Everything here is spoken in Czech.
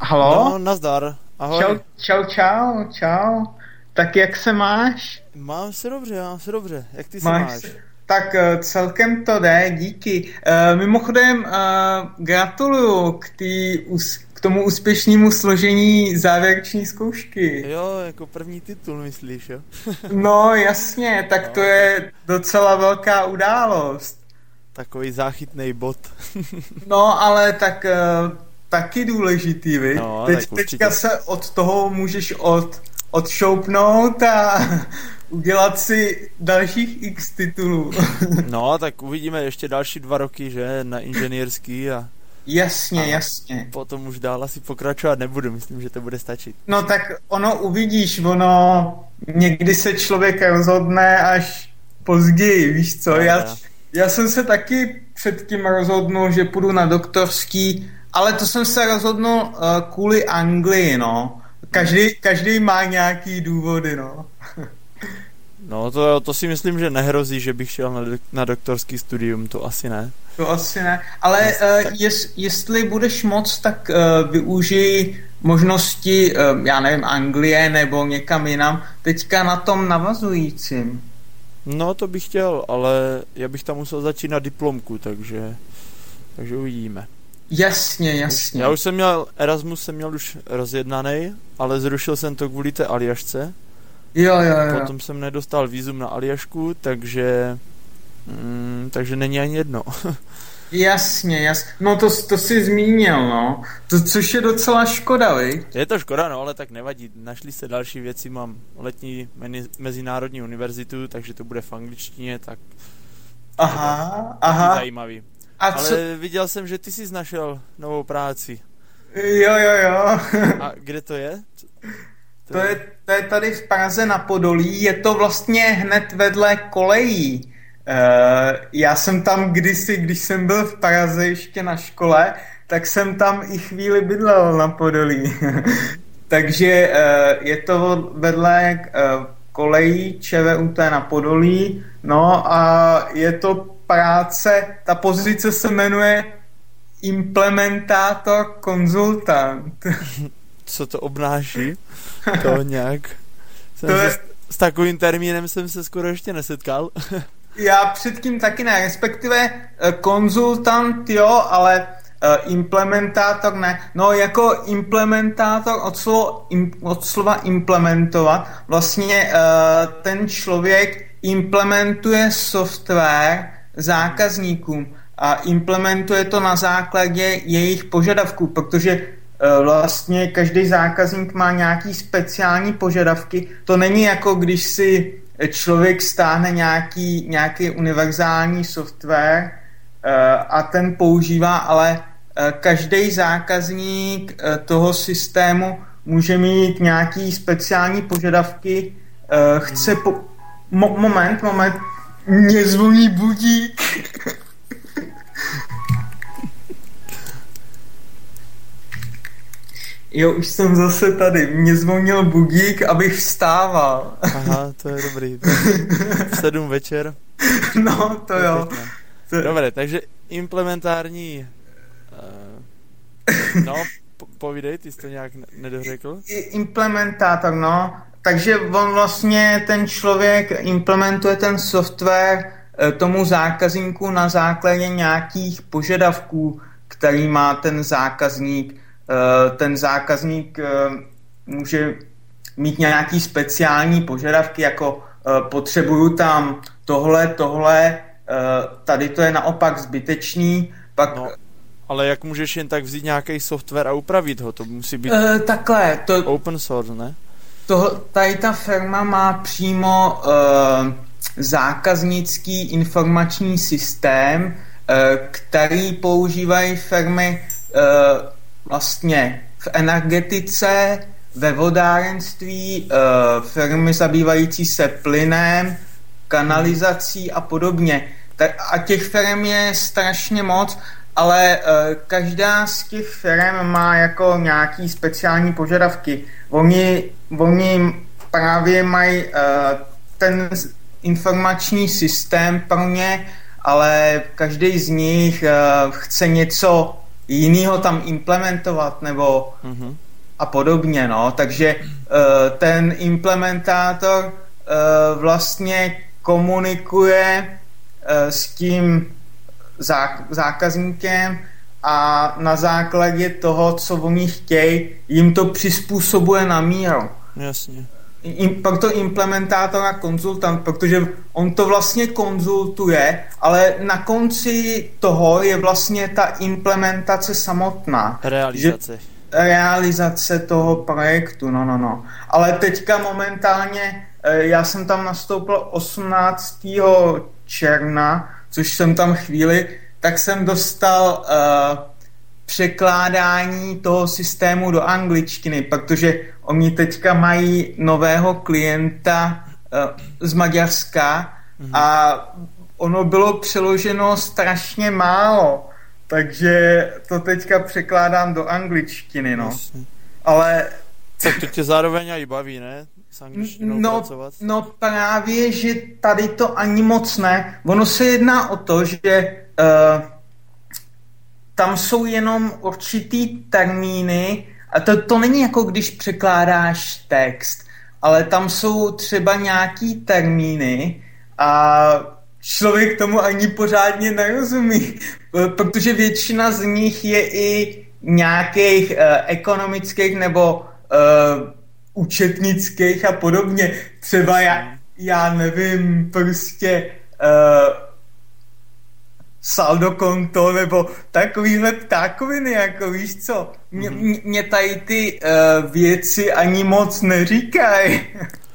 Halo? No, nazdar. Ahoj. Čau. Tak jak se máš? Mám se dobře. Jak ty se Máš máš? Tak celkem to jde, díky. Mimochodem gratuluju k tomu úspěšnému složení závěrečné zkoušky. Jo, jako první titul, myslíš, jo? No jasně, tak to je docela velká událost. Takový záchytný bod. No, ale tak taky důležitý, viď? No, Teďka se od toho můžeš odšoupnout a udělat si dalších x titulů. No, tak uvidíme ještě další 2 roky, že, na inženýrský a Jasně. potom už dál asi pokračovat nebudu, myslím, že to bude stačit. No tak uvidíš, někdy se člověk rozhodne až později, víš co? Já jsem se taky předtím rozhodnul, že půjdu na doktorský, ale to jsem se rozhodnul kvůli Anglii, no. Každý má nějaký důvody, no. No, to si myslím, že nehrozí, že bych šel na doktorský studium, to asi ne. To asi ne, ale jestli budeš moc, tak využij možnosti, já nevím, Anglie nebo někam jinam, teďka na tom navazujícím. No, to bych chtěl, ale já bych tam musel začít na diplomku, takže uvidíme. Jasně. Já už Erasmus jsem měl už rozjednaný, ale zrušil jsem to kvůli té Aljašce. Jo. Potom jsem nedostal vízum na Aljašku, takže není ani jedno. Jasně. No to jsi zmínil, no. Což je docela škoda, viď? Je to škoda, no, ale tak nevadí. Našli se další věci, mám letní mezinárodní univerzitu, takže to bude v angličtině, tak Aha. zajímavý. Ale viděl jsem, že ty jsi našel novou práci. Jo. A kde to je? To je tady v Praze na Podolí, je to vlastně hned vedle kolejí. Já jsem tam kdysi, když jsem byl v Praze ještě na škole, tak jsem tam i chvíli bydlel na Podolí. Takže je to vedle kolejí ČVUT na Podolí, no a je to práce, ta pozice se jmenuje implementátor konzultant. Co to obnáší? To nějak... S takovým termínem jsem se skoro ještě nesetkal. Já předtím taky ne, respektive konzultant jo, ale implementátor ne. No jako implementátor od slova implementovat, vlastně ten člověk implementuje software zákazníkům a implementuje to na základě jejich požadavků, protože vlastně každý zákazník má nějaký speciální požadavky. To není jako když si člověk stáhne nějaký univerzální software a ten používá, ale každý zákazník toho systému může mít nějaký speciální požadavky. Moment, mě zvoní budík. Jo, už jsem zase tady. Mě zvonil budík, abych vstával. Aha, to je dobrý. V 7 večer. No, to jo. Dobré, takže implementární... povídej, ty jsi to nějak nedořekl? Implementátor, no. Takže on vlastně, ten člověk implementuje ten software tomu zákazníku na základě nějakých požadavků, který má ten zákazník. Ten zákazník může mít nějaký speciální požadavky, jako potřebuju tam tohle, tady to je naopak zbytečný, pak... No, ale jak můžeš jen tak vzít nějaký software a upravit ho? To musí být takhle, open source, ne? Tady ta firma má přímo zákaznický informační systém, který používají firmy vlastně v energetice, ve vodárenství, firmy zabývající se plynem, kanalizací a podobně. A těch firm je strašně moc, ale každá z těch firm má jako nějaký speciální požadavky. Oni právě mají ten informační systém pro ně, ale každý z nich chce něco jinýho tam implementovat, nebo a podobně, no. Takže ten implementátor vlastně komunikuje s tím zákazníkem a na základě toho, co oni chtějí, jim to přizpůsobuje na míru. Jasně. Proto implementátor a konzultant, protože on to vlastně konzultuje, ale na konci toho je vlastně ta implementace samotná. Realizace toho projektu, no. Ale teďka momentálně, já jsem tam nastoupil 18. června, což jsem tam chvíli, tak jsem dostal překládání toho systému do angličtiny, protože oni teďka mají nového klienta z Maďarska a ono bylo přeloženo strašně málo, takže to teďka překládám do angličtiny, no. Ale... Tak to tě zároveň i baví, ne? S angličtinou pracovat? No právě, že tady to ani moc ne. Ono se jedná o to, že tam jsou jenom určitý termíny a to není jako když překládáš text, ale tam jsou třeba nějaký termíny a člověk tomu ani pořádně nerozumí, protože většina z nich je i nějakých ekonomických nebo účetnických a podobně. Třeba já nevím, prostě saldo konto nebo takovýhle ptákoviny, jako víš co. Mě tady ty věci ani moc neříkají.